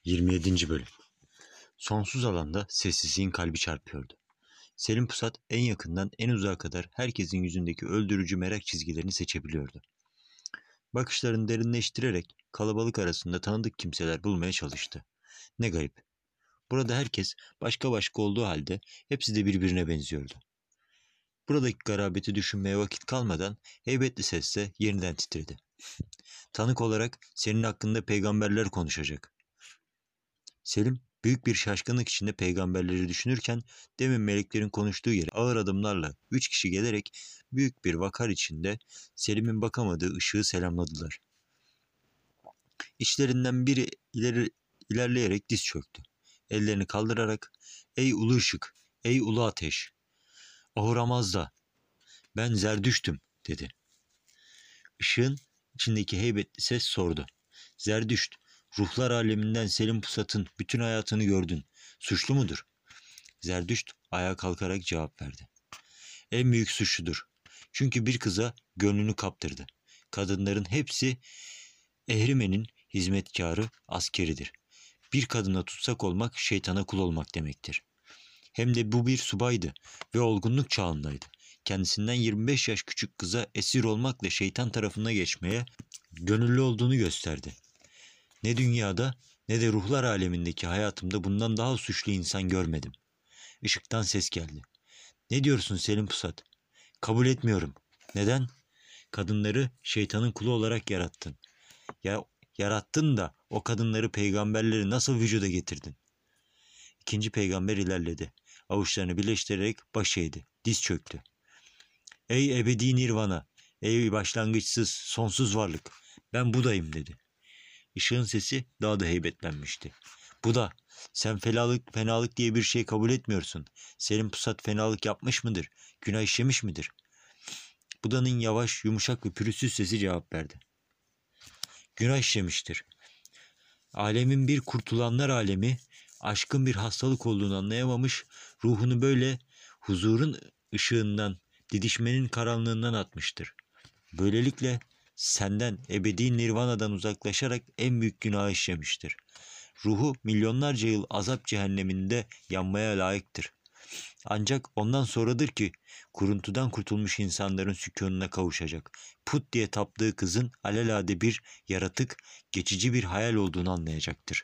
27. Bölüm. Sonsuz alanda sessizliğin kalbi çarpıyordu. Selim Pusat en yakından en uzağa kadar herkesin yüzündeki öldürücü merak çizgilerini seçebiliyordu. Bakışlarını derinleştirerek kalabalık arasında tanıdık kimseler bulmaya çalıştı. Ne garip. Burada herkes başka başka olduğu halde hepsi de birbirine benziyordu. Buradaki garabeti düşünmeye vakit kalmadan heybetli sesle yeniden titredi. Tanık olarak senin hakkında peygamberler konuşacak. Selim büyük bir şaşkınlık içinde peygamberleri düşünürken demin meleklerin konuştuğu yere ağır adımlarla 3 kişi gelerek büyük bir vakar içinde Selim'in bakamadığı ışığı selamladılar. İçlerinden biri ilerleyerek diz çöktü. Ellerini kaldırarak "Ey ulu ışık, ey ulu ateş, Ahuramazda, ben Zerdüşt'üm" dedi. Işığın içindeki heybetli ses sordu. "Zerdüşt, ruhlar aleminden Selim Pusat'ın bütün hayatını gördün. Suçlu mudur?" Zerdüşt ayağa kalkarak cevap verdi. "En büyük suçludur. Çünkü bir kıza gönlünü kaptırdı. Kadınların hepsi Ehrimen'in hizmetkarı, askeridir. Bir kadına tutsak olmak şeytana kul olmak demektir. Hem de bu bir subaydı ve olgunluk çağındaydı. Kendisinden 25 yaş küçük kıza esir olmakla şeytan tarafına geçmeye gönüllü olduğunu gösterdi. Ne dünyada ne de ruhlar alemindeki hayatımda bundan daha suçlu insan görmedim." Işıktan ses geldi. "Ne diyorsun Selim Pusat?" "Kabul etmiyorum." "Neden?" "Kadınları şeytanın kulu olarak yarattın. Ya yarattın da o kadınları, peygamberleri nasıl vücuda getirdin?" İkinci peygamber ilerledi. Avuçlarını birleştirerek baş eğdi. Diz çöktü. "Ey ebedi nirvana, ey başlangıçsız, sonsuz varlık, ben Buda'yım" dedi. Işığın sesi daha da heybetlenmişti. "Buda, sen fenalık diye bir şey kabul etmiyorsun. Selim Pusat fenalık yapmış mıdır? Günah işlemiş midir?" Buda'nın yavaş, yumuşak ve pürüzsüz sesi cevap verdi. "Günah işlemiştir. Alemin bir kurtulanlar alemi, aşkın bir hastalık olduğunu anlayamamış, ruhunu böyle huzurun ışığından, didişmenin karanlığından atmıştır. Böylelikle senden, ebedi nirvanadan uzaklaşarak en büyük günah işlemiştir. Ruhu milyonlarca yıl azap cehenneminde yanmaya layıktır. Ancak ondan sonradır ki kuruntudan kurtulmuş insanların sükûnuna kavuşacak. Put diye taptığı kızın alelade bir yaratık, geçici bir hayal olduğunu anlayacaktır."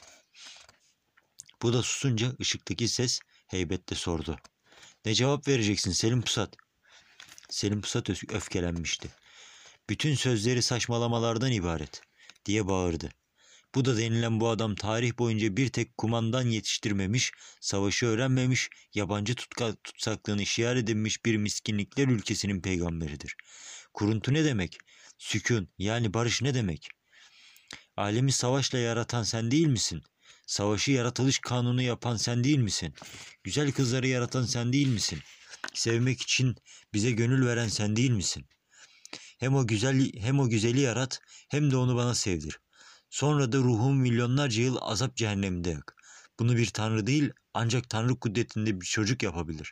Bu da susunca ışıktaki ses heybetle sordu. "Ne cevap vereceksin Selim Pusat?" Selim Pusat öfkelenmişti. "Bütün sözleri saçmalamalardan ibaret" diye bağırdı. "Bu da denilen bu adam tarih boyunca bir tek kumandan yetiştirmemiş, savaşı öğrenmemiş, yabancı tutsaklığını işaret edilmiş bir miskinlikler ülkesinin peygamberidir. Kuruntu ne demek? Sükun yani barış ne demek? Alemi savaşla yaratan sen değil misin? Savaşı yaratılış kanunu yapan sen değil misin? Güzel kızları yaratan sen değil misin? Sevmek için bize gönül veren sen değil misin? Hem o güzeli yarat hem de onu bana sevdir. Sonra da ruhumu milyonlarca yıl azap cehenneminde yak. Bunu bir tanrı değil ancak tanrı kudretinde bir çocuk yapabilir."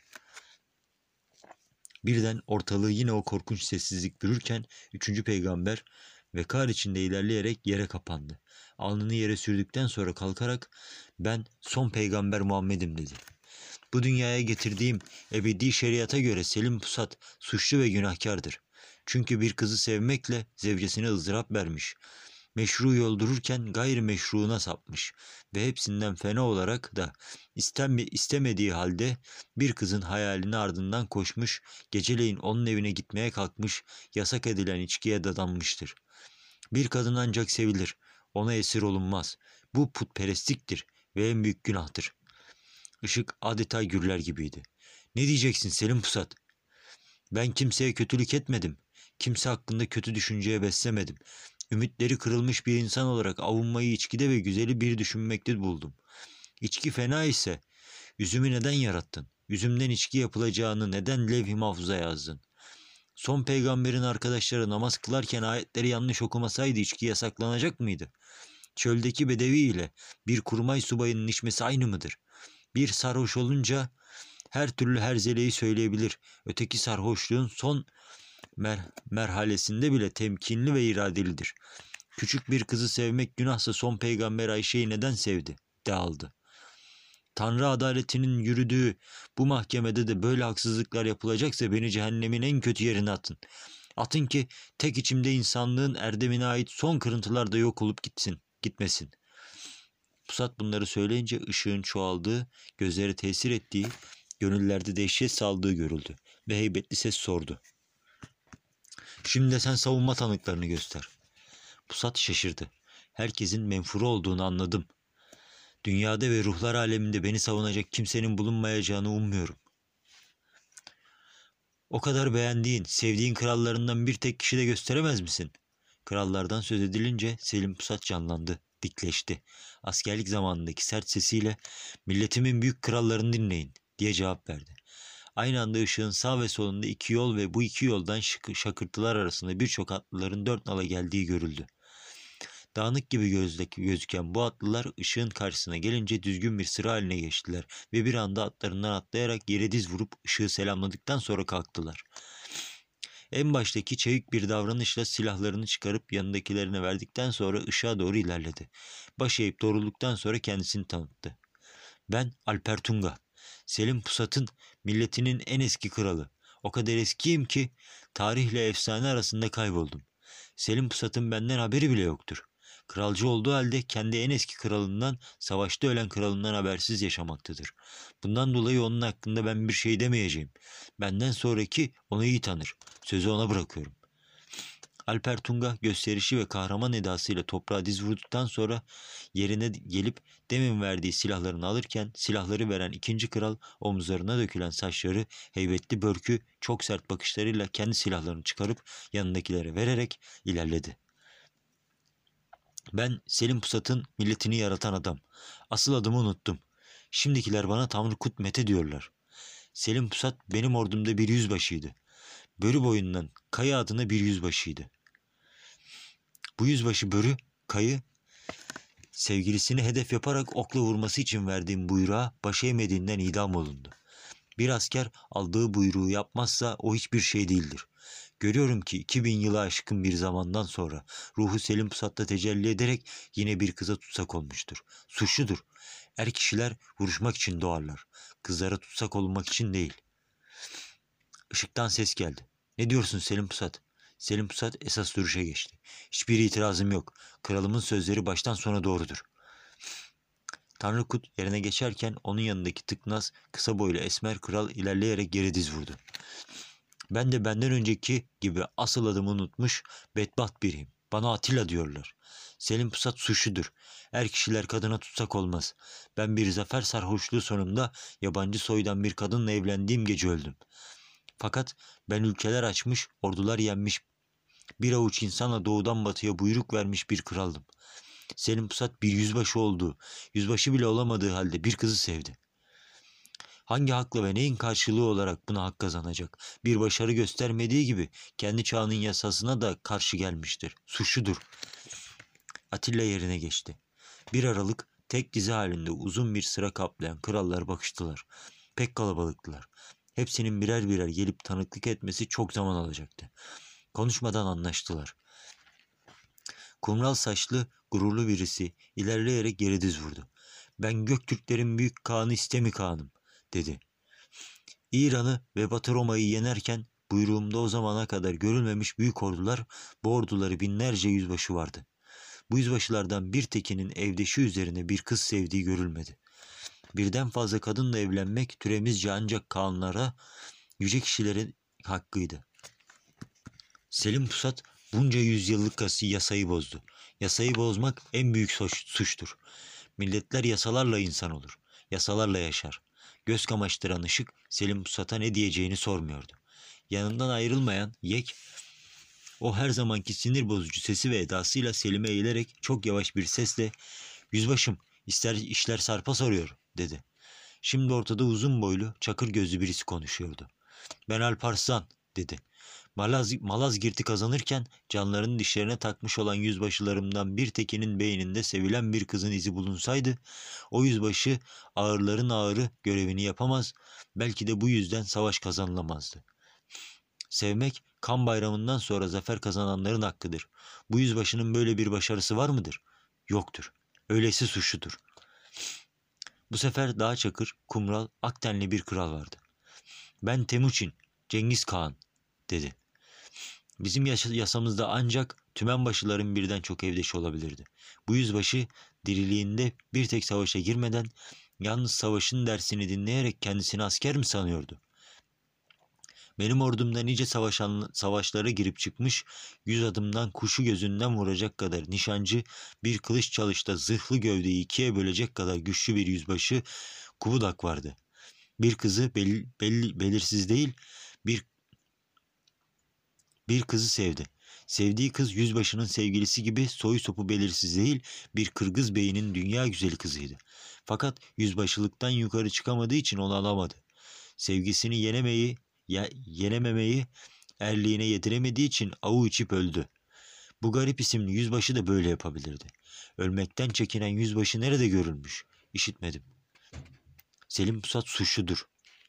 Birden ortalığı yine o korkunç sessizlik bürürken üçüncü peygamber vekar içinde ilerleyerek yere kapandı. Alnını yere sürdükten sonra kalkarak "Ben son peygamber Muhammed'im" dedi. "Bu dünyaya getirdiğim ebedi şeriata göre Selim Pusat suçlu ve günahkardır. Çünkü bir kızı sevmekle zevcesine ızdırap vermiş. Meşru yol dururken gayrimeşruuna sapmış ve hepsinden fena olarak da istemediği halde bir kızın hayalini ardından koşmuş, geceleyin onun evine gitmeye kalkmış, yasak edilen içkiye dadanmıştır. Bir kadın ancak sevilir, ona esir olunmaz. Bu putperestliktir ve en büyük günahtır." Işık adeta gürler gibiydi. "Ne diyeceksin Selim Pusat?" "Ben kimseye kötülük etmedim. Kimse hakkında kötü düşünceye beslemedim. Ümitleri kırılmış bir insan olarak avunmayı içkide ve güzeli bir düşünmekte buldum. İçki fena ise üzümü neden yarattın? Üzümden içki yapılacağını neden levh-i mahfuza yazdın? Son peygamberin arkadaşları namaz kılarken ayetleri yanlış okumasaydı içki yasaklanacak mıydı? Çöldeki bedevi ile bir kurmay subayının içmesi aynı mıdır? Bir sarhoş olunca her türlü herzeleyi söyleyebilir. Öteki sarhoşluğun son merhalesinde bile temkinli ve iradelidir. Küçük bir kızı sevmek günahsa son peygamber Ayşe'yi neden sevdi de aldı. Tanrı adaletinin yürüdüğü bu mahkemede de böyle haksızlıklar yapılacaksa beni cehennemin en kötü yerine atın. Atın ki tek içimde insanlığın erdemine ait son kırıntılar da yok olup gitmesin. Pusat bunları söyleyince ışığın çoğaldığı, gözleri tesir ettiği, gönüllerde dehşet saldığı görüldü ve heybetli ses sordu. Şimdi de sen savunma tanıklarını göster. Pusat şaşırdı. Herkesin menfuru olduğunu anladım. Dünyada ve ruhlar aleminde beni savunacak kimsenin bulunmayacağını ummuyorum. O kadar beğendiğin, sevdiğin krallarından bir tek kişi de gösteremez misin? Krallardan söz edilince Selim Pusat canlandı, dikleşti. Askerlik zamanındaki sert sesiyle milletimin büyük krallarını dinleyin diye cevap verdi. Aynı anda ışığın sağ ve solunda iki yol ve bu iki yoldan şakırtılar arasında birçok atlıların dört nala geldiği görüldü. Dağınık gibi gözüken bu atlılar ışığın karşısına gelince düzgün bir sıra haline geçtiler ve bir anda atlarından atlayarak yere diz vurup ışığı selamladıktan sonra kalktılar. En baştaki çevik bir davranışla silahlarını çıkarıp yanındakilerine verdikten sonra ışığa doğru ilerledi. Baş eğip doğrulduktan sonra kendisini tanıttı. Ben Alper Tunga, Selim Pusat'ın milletinin en eski kralı. O kadar eskiyim ki tarihle efsane arasında kayboldum. Selim Pusat'ın benden haberi bile yoktur. Kralcı olduğu halde kendi en eski kralından, savaşta ölen kralından habersiz yaşamaktadır. Bundan dolayı onun hakkında ben bir şey demeyeceğim. Benden sonraki onu iyi tanır. Sözü ona bırakıyorum. Alper Tunga gösterişi ve kahraman edasıyla toprağa diz vurduktan sonra yerine gelip demin verdiği silahlarını alırken silahları veren ikinci kral omuzlarına dökülen saçları, heybetli börkü, çok sert bakışlarıyla kendi silahlarını çıkarıp yanındakilere vererek ilerledi. Ben Selim Pusat'ın milletini yaratan adam. Asıl adımı unuttum. Şimdikiler bana Tanrı Kut Mete diyorlar. Selim Pusat benim ordumda bir yüzbaşıydı. Börü boyundan Kayı adına bir yüzbaşıydı. Bu yüzbaşı Börü, Kayı, sevgilisini hedef yaparak okla vurması için verdiğim buyruğa baş eğmediğinden idam olundu. Bir asker aldığı buyruğu yapmazsa o hiçbir şey değildir. Görüyorum ki 2000 yılı aşkın bir zamandan sonra ruhu Selim Pusat'ta tecelli ederek yine bir kıza tutsak olmuştur. Suçludur. Kişiler vuruşmak için doğarlar. Kızlara tutsak olmak için değil. Işıktan ses geldi. Ne diyorsun Selim Pusat? Selim Pusat esas duruşa geçti. Hiçbir itirazım yok. Kralımın sözleri baştan sona doğrudur. Tanrı Kut yerine geçerken onun yanındaki tıknaz, kısa boylu esmer kral ilerleyerek geri diz vurdu. Ben de benden önceki gibi asıl adımı unutmuş bedbaht biriyim. Bana Atilla diyorlar. Selim Pusat suçludur. Kişiler kadına tutsak olmaz. Ben bir zafer sarhoşluğu sonunda yabancı soydan bir kadınla evlendiğim gece öldüm. Fakat ben ülkeler açmış, ordular yenmiş, bir avuç insanla doğudan batıya buyruk vermiş bir kraldım. Selim Pusat bir yüzbaşı olduğu, yüzbaşı bile olamadığı halde bir kızı sevdi. Hangi hakla ve neyin karşılığı olarak buna hak kazanacak? Bir başarı göstermediği gibi kendi çağının yasasına da karşı gelmiştir. Suçludur. Atilla yerine geçti. Bir aralık tek dizi halinde uzun bir sıra kaplayan krallar bakıştılar. Pek kalabalıktılar. Hepsinin birer birer gelip tanıklık etmesi çok zaman alacaktı. Konuşmadan anlaştılar. Kumral saçlı, gururlu birisi ilerleyerek geri diz vurdu. Ben Göktürklerin büyük kağanı İstemi Kağan'ım, dedi. İran'ı ve Batı Roma'yı yenerken buyruğumda o zamana kadar görülmemiş büyük ordular, bu orduları binlerce yüzbaşı vardı. Bu yüzbaşılardan bir tekinin evdeşi üzerine bir kız sevdiği görülmedi. Birden fazla kadınla evlenmek türemizce ancak kağanlara, yüce kişilerin hakkıydı. Selim Pusat bunca yüzyıllık yasayı bozdu. Yasayı bozmak en büyük suçtur. Milletler yasalarla insan olur. Yasalarla yaşar. Göz kamaştıran ışık Selim Pusat'a ne diyeceğini sormuyordu. Yanından ayrılmayan Yek, o her zamanki sinir bozucu sesi ve edasıyla Selim'e eğilerek çok yavaş bir sesle "Yüzbaşım, işler sarpa sarıyor," dedi. Şimdi ortada uzun boylu, çakır gözlü birisi konuşuyordu. "Ben Alparslan," dedi. Malazgirt'i kazanırken canlarını dişlerine takmış olan yüzbaşılarımdan bir tekinin beyninde sevilen bir kızın izi bulunsaydı, o yüzbaşı ağırların ağırı görevini yapamaz, belki de bu yüzden savaş kazanılamazdı. Sevmek, kan bayramından sonra zafer kazananların hakkıdır. Bu yüzbaşının böyle bir başarısı var mıdır? Yoktur. Öyleyse suçludur. Bu sefer daha çakır, kumral, ak tenli bir kral vardı. Ben Temuçin, Cengiz Kağan, dedi. Bizim yasamızda ancak tümenbaşıların birden çok evdeşi olabilirdi. Bu yüzbaşı diriliğinde bir tek savaşa girmeden yalnız savaşın dersini dinleyerek kendisini asker mi sanıyordu? Benim ordumda nice savaşlara girip çıkmış, 100 adımdan kuşu gözünden vuracak kadar nişancı, bir kılıç çalışta zırhlı gövdeyi ikiye bölecek kadar güçlü bir yüzbaşı Kubudak vardı. Bir kızı belirsiz değil, bir kızı sevdi. Sevdiği kız yüzbaşının sevgilisi gibi soyu sopu belirsiz değil, bir Kırgız beyinin dünya güzeli kızıydı. Fakat yüzbaşılıktan yukarı çıkamadığı için onu alamadı. Sevgisini yenememeyi erliğine yediremediği için avu içip öldü. Bu garip isimli yüzbaşı da böyle yapabilirdi. Ölmekten çekinen yüzbaşı nerede görülmüş? İşitmedim. Selim Pusat suçludur.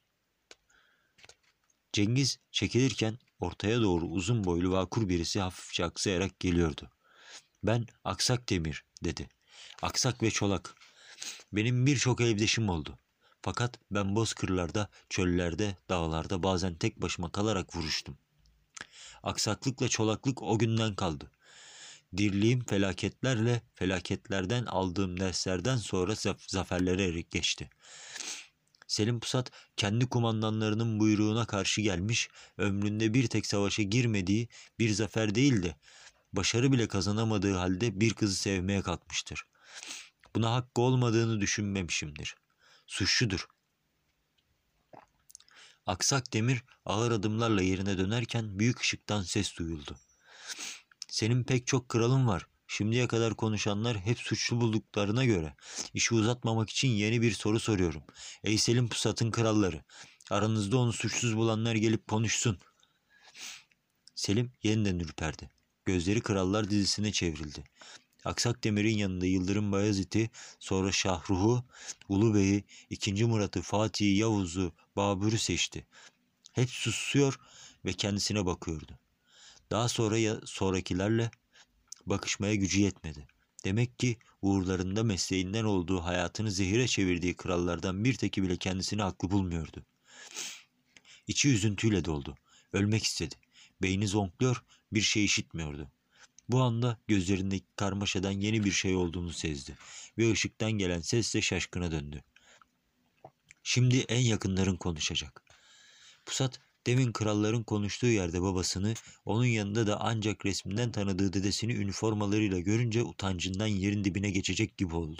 Cengiz çekilirken ortaya doğru uzun boylu vakur birisi hafifçe aksayarak geliyordu. Ben Aksak Demir, dedi. Aksak ve çolak. Benim birçok evdeşim oldu. Fakat ben bozkırlarda, çöllerde, dağlarda bazen tek başıma kalarak vuruştum. Aksaklıkla çolaklık o günden kaldı. Dirliğim felaketlerle, felaketlerden aldığım derslerden sonra zaferlere erik geçti. Selim Pusat kendi kumandanlarının buyruğuna karşı gelmiş, ömründe bir tek savaşa girmediği, bir zafer değil de başarı bile kazanamadığı halde bir kızı sevmeye kalkmıştır. Buna hakkı olmadığını düşünmemişimdir. Suçludur. Aksak Demir ağır adımlarla yerine dönerken büyük ışıktan ses duyuldu. Senin pek çok kralın var. Şimdiye kadar konuşanlar hep suçlu bulduklarına göre işi uzatmamak için yeni bir soru soruyorum. Ey Selim Pusat'ın kralları, aranızda onu suçsuz bulanlar gelip konuşsun. Selim yeniden ürperdi. Gözleri krallar dizisine çevrildi. Aksak Demir'in yanında Yıldırım Bayezid'i, sonra Şahruh'u, Ulubey'i, 2. Murat'ı, Fatih'i, Yavuz'u, Babür'ü seçti. Hep susuyor ve kendisine bakıyordu. Daha sonrakilerle bakışmaya gücü yetmedi. Demek ki uğurlarında mesleğinden olduğu, hayatını zehire çevirdiği krallardan bir teki bile kendisini haklı bulmuyordu. İçi üzüntüyle doldu. Ölmek istedi. Beyni zonkluyor, bir şey işitmiyordu. Bu anda gözlerindeki karmaşadan yeni bir şey olduğunu sezdi ve ışıktan gelen sesle şaşkına döndü. Şimdi en yakınların konuşacak. Pusat demin kralların konuştuğu yerde babasını, onun yanında da ancak resminden tanıdığı dedesini üniformalarıyla görünce utancından yerin dibine geçecek gibi oldu.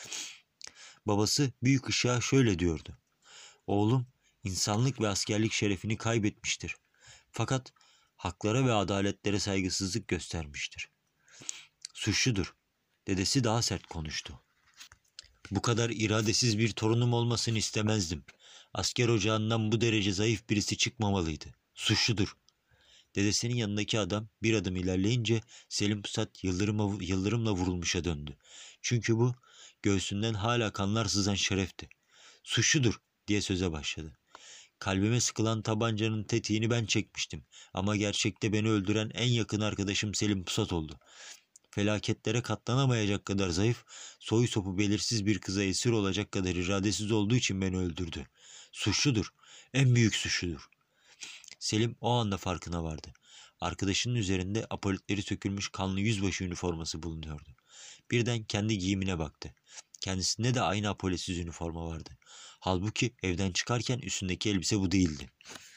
Babası büyük ışığa şöyle diyordu. Oğlum insanlık ve askerlik şerefini kaybetmiştir. Fakat haklara ve adaletlere saygısızlık göstermiştir. Suçludur. Dedesi daha sert konuştu. Bu kadar iradesiz bir torunum olmasını istemezdim. Asker ocağından bu derece zayıf birisi çıkmamalıydı. Suçludur. Dedesinin yanındaki adam bir adım ilerleyince Selim Pusat yıldırımla vurulmuşa döndü. Çünkü bu göğsünden hala kanlar sızan şerefti. Suçludur diye söze başladı. Kalbime sıkılan tabancanın tetiğini ben çekmiştim. Ama gerçekte beni öldüren en yakın arkadaşım Selim Pusat oldu. Felaketlere katlanamayacak kadar zayıf, soyu sopu belirsiz bir kıza esir olacak kadar iradesiz olduğu için beni öldürdü. Suçludur, en büyük suçludur. Selim o anda farkına vardı. Arkadaşının üzerinde apolitleri sökülmüş kanlı yüzbaşı üniforması bulunuyordu. Birden kendi giyimine baktı. Kendisinde de aynı apolitsiz üniforma vardı. Halbuki evden çıkarken üstündeki elbise bu değildi.